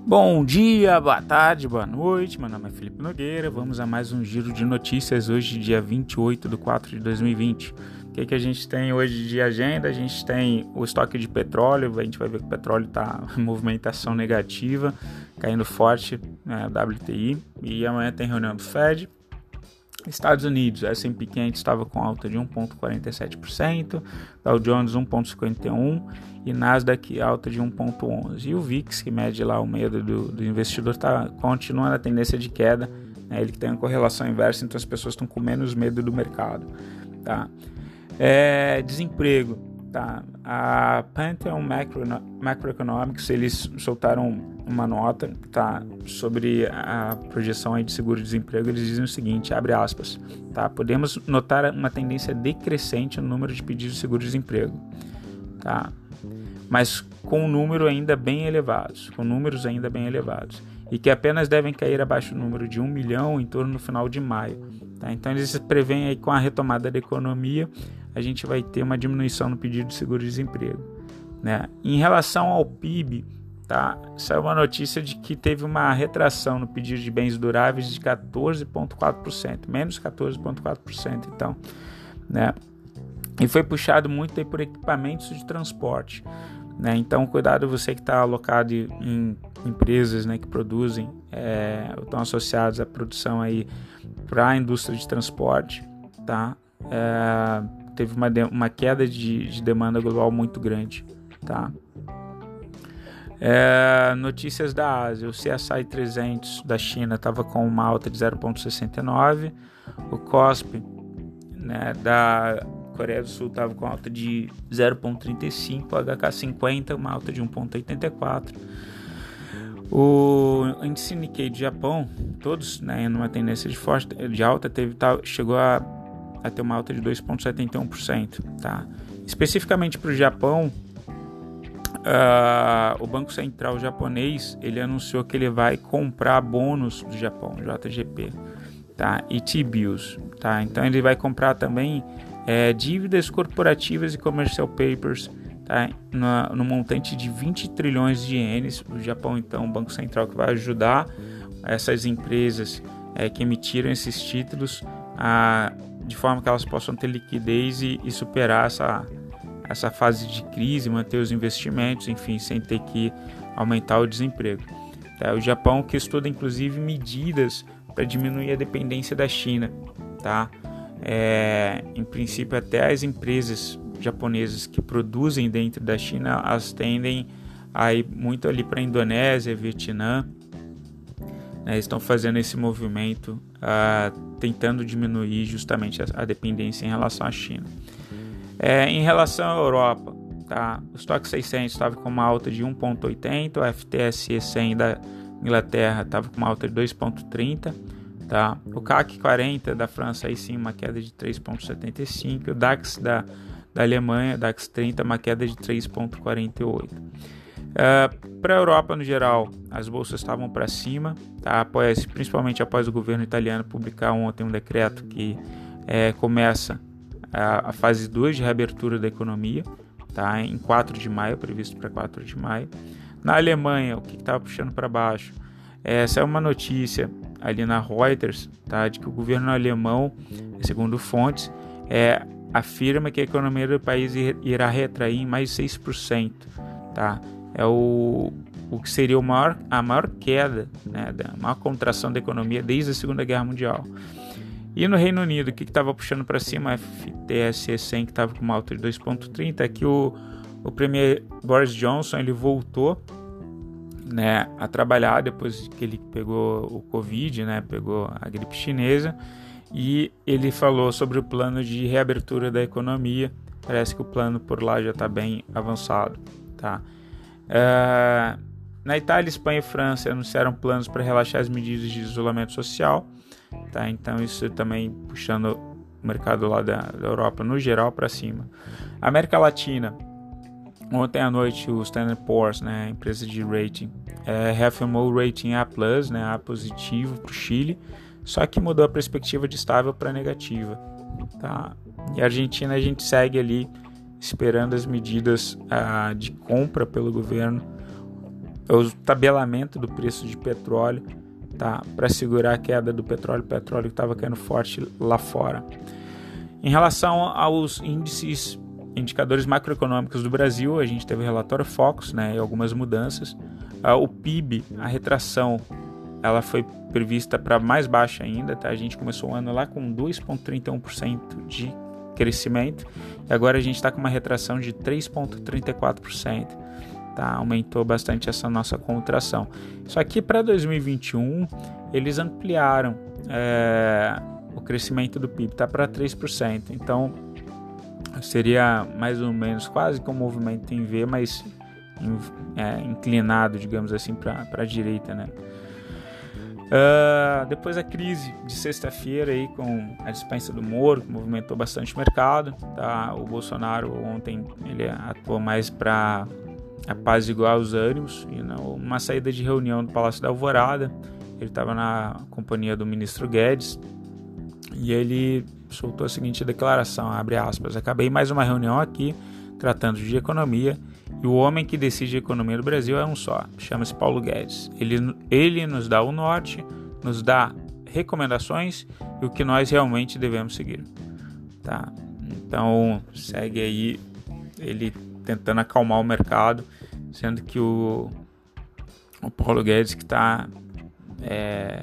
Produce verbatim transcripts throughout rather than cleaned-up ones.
Bom dia, boa tarde, boa noite, meu nome é Felipe Nogueira, vamos a mais um giro de notícias hoje, dia vinte e oito de quatro de dois mil e vinte. O que, que a gente tem hoje de agenda? A gente tem o estoque de petróleo, a gente vai ver que o petróleo está em movimentação negativa, caindo forte, né, W T I, e amanhã tem reunião do Fed. Estados Unidos, S and P quinhentos estava com alta de um vírgula quarenta e sete por cento, Dow Jones um vírgula cinquenta e um por cento e Nasdaq alta de um vírgula onze por cento. E o V I X, que mede lá o medo do, do investidor, tá, continua na tendência de queda, né? Ele tem uma correlação inversa, então as pessoas estão com menos medo do mercado. Tá? É, desemprego. Tá? A Pantheon Macro, Macroeconomics, eles soltaram uma nota, tá, sobre a projeção aí de seguro-desemprego. Eles dizem o seguinte, abre aspas, tá? Podemos notar uma tendência decrescente no número de pedidos de seguro-desemprego, tá? Mas com um número ainda bem elevados, com números ainda bem elevados, e que apenas devem cair abaixo do número de um milhão em torno no final de maio. Tá? Então eles preveem aí, com a retomada da economia, a gente vai ter uma diminuição no pedido de seguro-desemprego, né? Em relação ao P I B, tá? Saiu uma notícia de que teve uma retração no pedido de bens duráveis de quatorze vírgula quatro por cento, menos quatorze vírgula quatro por cento, então, né? E foi puxado muito aí por equipamentos de transporte, né? Então, cuidado você que está alocado em empresas, né, que produzem, é, estão associados à produção aí para a indústria de transporte, tá? É, teve uma, de, uma queda de, de demanda global muito grande, tá? É, notícias da Ásia, o C S I trezentos da China estava com uma alta de zero vírgula sessenta e nove, o C O S P, né, da Coreia do Sul estava com alta de zero vírgula trinta e cinco, o H K cinquenta uma alta de um vírgula oitenta e quatro. O índice Nikkei do Japão, todos, né, numa tendência de, forte, de alta, teve, tá, chegou a, a ter uma alta de dois vírgula setenta e um por cento. Tá? Especificamente para o Japão, uh, o Banco Central japonês ele anunciou que ele vai comprar bônus do Japão, J G P, tá? E T-bills. Tá? Então ele vai comprar também é, dívidas corporativas e commercial papers, tá, no, no montante de vinte trilhões de ienes do Japão. Então, o Banco Central que vai ajudar essas empresas é, que emitiram esses títulos a, de forma que elas possam ter liquidez e, e superar essa, essa fase de crise, manter os investimentos, enfim, sem ter que aumentar o desemprego. Tá? O Japão que estuda, inclusive, medidas para diminuir a dependência da China. Tá? É, em princípio, até as empresas japonesas que produzem dentro da China, elas tendem a ir muito ali para a Indonésia, Vietnã, né, estão fazendo esse movimento, uh, tentando diminuir justamente a, a dependência em relação à China. É, em relação à Europa, tá, o Stoxx seiscentos estava com uma alta de um vírgula oitenta, o F T S E cem da Inglaterra estava com uma alta de dois vírgula trinta, tá, o C A C quarenta da França, aí sim uma queda de três vírgula setenta e cinco, o DAX da da Alemanha, DAX trinta, uma queda de três vírgula quarenta e oito. Uh, para a Europa no geral, as bolsas estavam para cima, tá? após, principalmente após o governo italiano publicar ontem um decreto que é, começa a, a fase dois de reabertura da economia, tá? Em quatro de maio, previsto para quatro de maio. Na Alemanha, o que estava puxando para baixo? Essa é uma notícia ali na Reuters, tá? De que o governo alemão, segundo fontes, é afirma que a economia do país irá retrair em mais de seis por cento, tá? É o, o que seria o maior, a maior queda, né, da maior contração da economia desde a Segunda Guerra Mundial. E no Reino Unido, o que estava puxando para cima? A F T S E cem, que estava com uma alta de dois vírgula trinta, é que o, o premier Boris Johnson ele voltou, né, a trabalhar depois que ele pegou o Covid, né, pegou a gripe chinesa, e ele falou sobre o plano de reabertura da economia. Parece que o plano por lá já está bem avançado. Tá? Uh, na Itália, Espanha e França anunciaram planos para relaxar as medidas de isolamento social. Tá? Então isso também puxando o mercado lá da, da Europa no geral para cima. América Latina, ontem à noite o Standard and Poor's, né, a empresa de rating, é, reafirmou o rating A plus, né, A positivo para o Chile, só que mudou a perspectiva de estável para negativa. Tá? E a Argentina a gente segue ali esperando as medidas uh, de compra pelo governo o tabelamento do preço de petróleo, tá, para segurar a queda do petróleo, o petróleo que estava caindo forte lá fora. Em relação aos índices, indicadores macroeconômicos do Brasil, a gente teve o relatório Focus, né, e algumas mudanças. Uh, o P I B, a retração, ela foi prevista para mais baixa ainda, tá? A gente começou o ano lá com dois vírgula trinta e um por cento de crescimento e agora a gente está com uma retração de três vírgula trinta e quatro por cento, tá? Aumentou bastante essa nossa contração. Só que para dois mil e vinte e um eles ampliaram é, o crescimento do P I B, tá para três por cento, então seria mais ou menos quase que um movimento em V, mas é, inclinado, digamos assim, para a direita, né? Uh, depois a crise de sexta-feira aí com a dispensa do Moro, que movimentou bastante o mercado, tá? O Bolsonaro ontem ele atuou mais para apaziguar os ânimos e não, uma saída de reunião do Palácio da Alvorada. Ele estava na companhia do ministro Guedes e ele soltou a seguinte declaração, abre aspas: acabei mais uma reunião aqui tratando de economia e o homem que decide a economia do Brasil é um só, chama-se Paulo Guedes. Ele, ele nos dá o norte, nos dá recomendações e o que nós realmente devemos seguir. Tá? Então segue aí ele tentando acalmar o mercado, sendo que o, o Paulo Guedes que está é,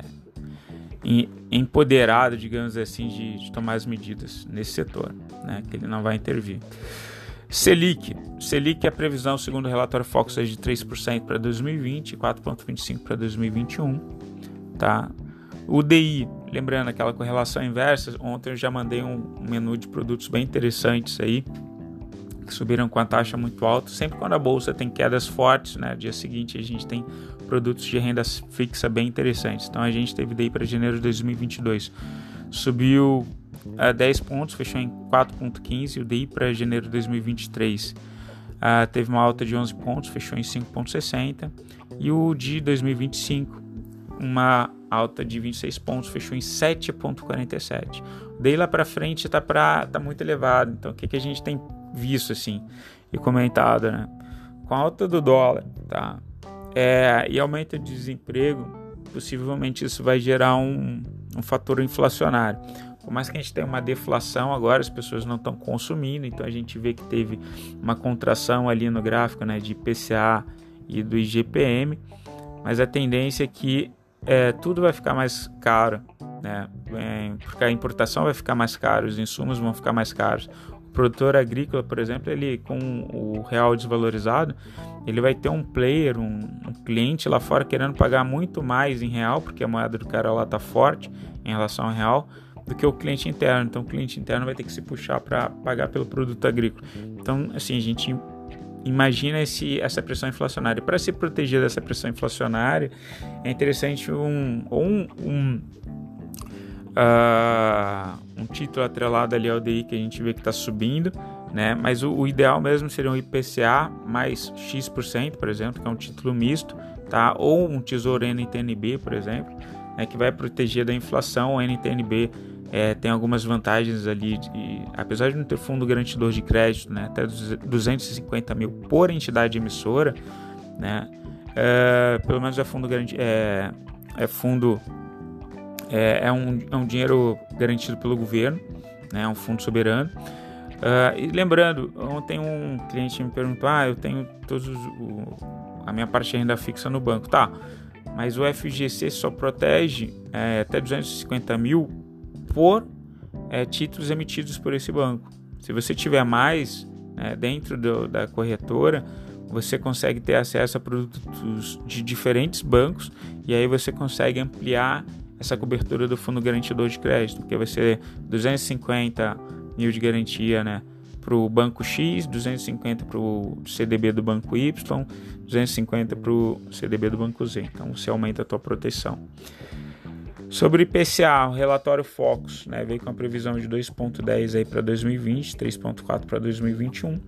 empoderado, digamos assim, de, de tomar as medidas nesse setor, né? Que ele não vai intervir. Selic. Selic, a previsão, segundo o relatório Focus, é de três por cento para dois mil e vinte e quatro vírgula vinte e cinco por cento para dois mil e vinte e um. Tá? O D I, lembrando aquela correlação inversa, ontem eu já mandei um menu de produtos bem interessantes aí, que subiram com a taxa muito alta. Sempre quando a bolsa tem quedas fortes, né, dia seguinte a gente tem produtos de renda fixa bem interessantes. Então a gente teve D I para janeiro de dois mil e vinte e dois. Subiu a dez pontos, fechou em quatro vírgula quinze. O D I para janeiro de dois mil e vinte e três uh, teve uma alta de onze pontos, fechou em cinco vírgula sessenta. E o de dois mil e vinte e cinco, uma alta de vinte e seis pontos, fechou em sete vírgula quarenta e sete. O D I lá para frente está tá muito elevado. Então o que, que a gente tem visto assim e comentado, né? Com a alta do dólar, tá? É, e aumento de desemprego, possivelmente isso vai gerar um, um fator inflacionário. Por mais que a gente tenha uma deflação agora, as pessoas não estão consumindo, então a gente vê que teve uma contração ali no gráfico, né, de I P C A e do I G P M, mas a tendência é que é, tudo vai ficar mais caro, né, é, porque a importação vai ficar mais cara, os insumos vão ficar mais caros. O produtor agrícola, por exemplo, ele com o real desvalorizado, ele vai ter um player, um, um cliente lá fora querendo pagar muito mais em real, porque a moeda do cara lá está forte em relação ao real, do que o cliente interno. Então o cliente interno vai ter que se puxar para pagar pelo produto agrícola. Então, assim, a gente imagina esse, essa pressão inflacionária. Para se proteger dessa pressão inflacionária, é interessante um, um, um, uh, um título atrelado ali ao D I que a gente vê que está subindo, né? Mas o, o ideal mesmo seria um I P C A mais X%, por exemplo, que é um título misto, tá? Ou um tesouro N T N B, por exemplo, né? Que vai proteger da inflação. O N T N B É, tem algumas vantagens ali, de, apesar de não ter fundo garantidor de crédito, né, até duzentos e cinquenta mil por entidade emissora, né, é, pelo menos é fundo garantido, é, é fundo é, é, um, é um dinheiro garantido pelo governo, né, é um fundo soberano. Uh, e lembrando, ontem um cliente me perguntou, ah, eu tenho todos os, o, a minha parte de renda fixa no banco, tá, mas o F G C só protege é, até duzentos e cinquenta mil por é, títulos emitidos por esse banco. Se você tiver mais é, dentro do, da corretora, você consegue ter acesso a produtos de diferentes bancos e aí você consegue ampliar essa cobertura do fundo garantidor de crédito, porque vai ser duzentos e cinquenta mil de garantia, né, para o banco X, duzentos e cinquenta para o C D B do banco Y, duzentos e cinquenta para o C D B do banco Z. Então você aumenta a tua proteção. Sobre o I P C A, o relatório Focus, né, veio com a previsão de dois vírgula dez aí para dois mil e vinte, três vírgula quatro para dois mil e vinte e um.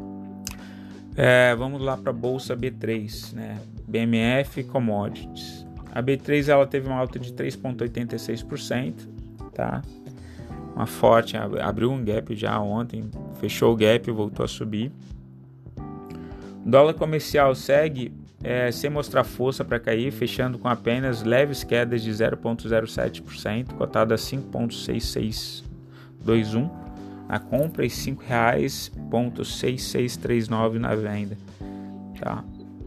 É, vamos lá para a Bolsa B três, né, B M F Commodities. A B três ela teve uma alta de três vírgula oitenta e seis por cento, tá? Uma forte, abriu um gap já ontem, fechou o gap e voltou a subir. O dólar comercial segue é, sem mostrar força para cair, fechando com apenas leves quedas de zero vírgula zero sete por cento, cotada a cinco vírgula seis seis dois um na compra e cinco reais vírgula seis seis três nove na venda. Tá?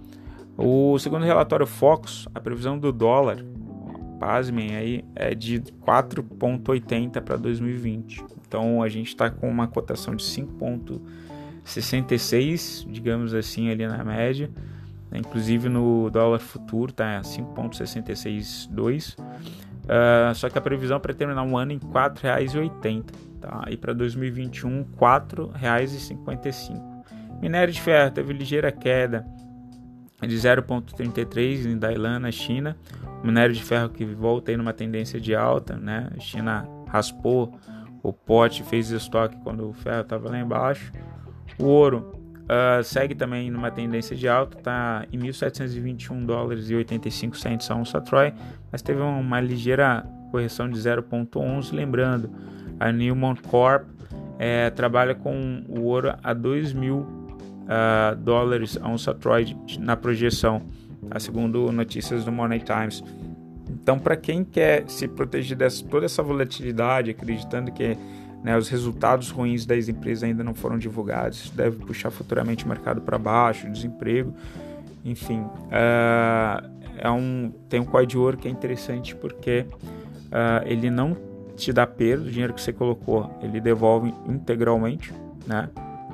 O segundo relatório Focus, a previsão do dólar, pasmem aí, é de quatro vírgula oitenta para dois mil e vinte. Então a gente está com uma cotação de cinco vírgula sessenta e seis, digamos assim, ali na média. Inclusive no dólar futuro está cinco vírgula sessenta e seis dois. Uh, só que a previsão para terminar um ano em quatro reais e oitenta centavos. Tá? E para dois mil e vinte e um, quatro reais e cinquenta e cinco centavos. Minério de ferro teve ligeira queda de zero vírgula trinta e três em Dalian, na China. O minério de ferro que volta aí numa tendência de alta, né? A China raspou o pote, fez estoque quando o ferro estava lá embaixo. O ouro uh, segue também numa tendência de alta, está em mil setecentos e vinte e um dólares e oitenta e cinco centavos a onça Troy, mas teve uma ligeira correção de zero vírgula onze. Lembrando, a Newmont Corp é, trabalha com o ouro a dois mil uh, dólares a onça Troy na projeção, tá? Segundo notícias do Money Times. Então, para quem quer se proteger dessa toda essa volatilidade, acreditando que, né, os resultados ruins das empresas ainda não foram divulgados, isso deve puxar futuramente o mercado para baixo, desemprego, enfim, uh, é um, tem um código de ouro que é interessante porque uh, ele não te dá perda, o dinheiro que você colocou, ele devolve integralmente, né?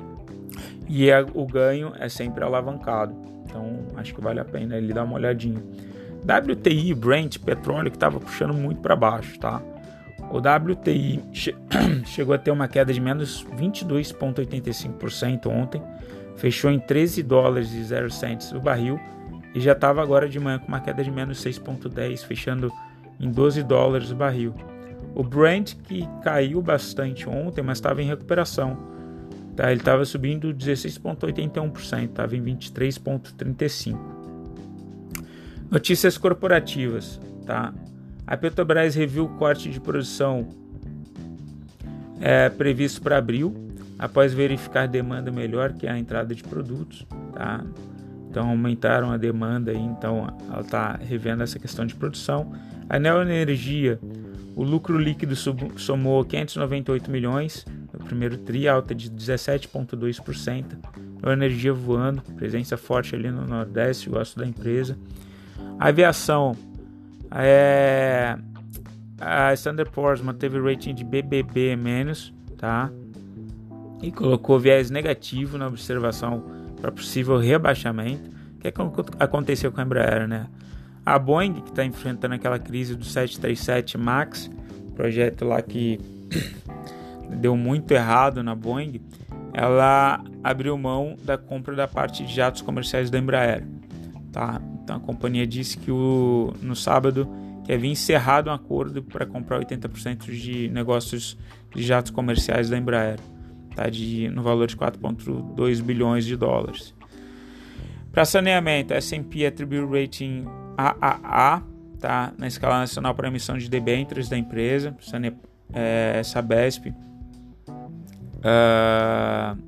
E é, o ganho é sempre alavancado, então acho que vale a pena ele dar uma olhadinha. W T I, Brent, petróleo, que estava puxando muito para baixo, tá? O W T I che- chegou a ter uma queda de menos vinte e dois vírgula oitenta e cinco por cento ontem, fechou em treze dólares e zero centavos o barril e já estava agora de manhã com uma queda de menos seis vírgula dez, fechando em doze dólares o barril. O Brent, que caiu bastante ontem, mas estava em recuperação, tá? Ele estava subindo dezesseis vírgula oitenta e um por cento, estava em vinte e três vírgula trinta e cinco por cento. Notícias corporativas, tá? A Petrobras reviu o corte de produção é, previsto para abril, após verificar demanda melhor que a entrada de produtos, tá? Então aumentaram a demanda, aí, então ela está revendo essa questão de produção. A Neoenergia, o lucro líquido sub, somou quinhentos e noventa e oito milhões no primeiro tri, alta de dezessete vírgula dois por cento. Neoenergia voando, presença forte ali no Nordeste, gosto da empresa. A aviação, é, a Standard and Poor's manteve o rating de B B B menos, tá? E colocou viés negativo na observação para possível rebaixamento. O que aconteceu com a Embraer, né? A Boeing, que está enfrentando aquela crise do sete trinta e sete MAX, projeto lá que deu muito errado na Boeing, ela abriu mão da compra da parte de jatos comerciais da Embraer, tá? Então a companhia disse que o, no sábado que havia encerrado um acordo para comprar oitenta por cento de negócios de jatos comerciais da Embraer, tá? De, no valor de quatro vírgula dois bilhões de dólares. Para saneamento, a S and P atribuiu o rating A A A, tá? Na escala nacional para emissão de debêntures da empresa, Sane, é, Sabesp. Uh,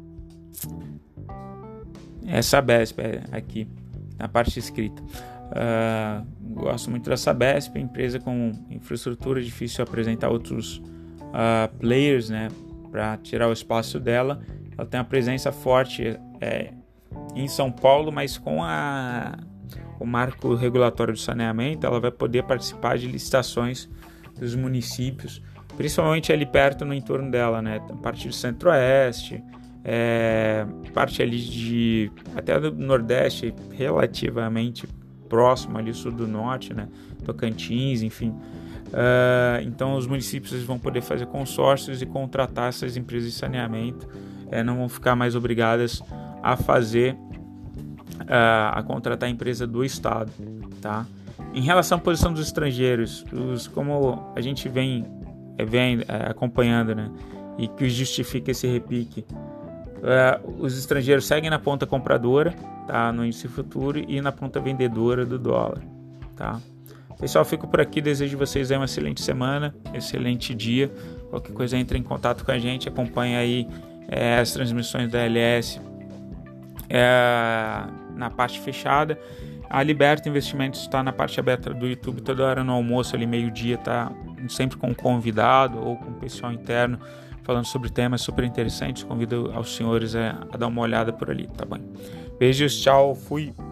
é Sabesp, é, aqui na parte escrita. Uh, gosto muito da Sabesp, empresa com infraestrutura, difícil apresentar outros uh, players, né, para tirar o espaço dela. Ela tem uma presença forte é, em São Paulo, mas com a, o marco regulatório de saneamento, ela vai poder participar de licitações dos municípios, principalmente ali perto no entorno dela, né, a partir do Centro-Oeste, É, parte ali de até do Nordeste, relativamente próximo ali, sul do Norte, né, Tocantins, enfim. Uh, então os municípios vão poder fazer consórcios e contratar essas empresas de saneamento, é, não vão ficar mais obrigadas a fazer uh, a contratar a empresa do estado, tá? Em relação à posição dos estrangeiros, os, como a gente vem, vem é, acompanhando, né, e que justifica esse repique, Uh, os estrangeiros seguem na ponta compradora, tá, no índice futuro, e na ponta vendedora do dólar, tá? Pessoal, fico por aqui, desejo vocês aí uma excelente semana, excelente dia. Qualquer coisa, entre em contato com a gente, acompanhe aí é, as transmissões da L S é, na parte fechada, A Liberta Investimentos está na parte aberta do YouTube, toda hora no almoço, ali meio-dia, tá sempre com um convidado ou com o pessoal interno, falando sobre temas super interessantes. Convido aos senhores a, a dar uma olhada por ali, tá bom? Beijos, tchau, fui!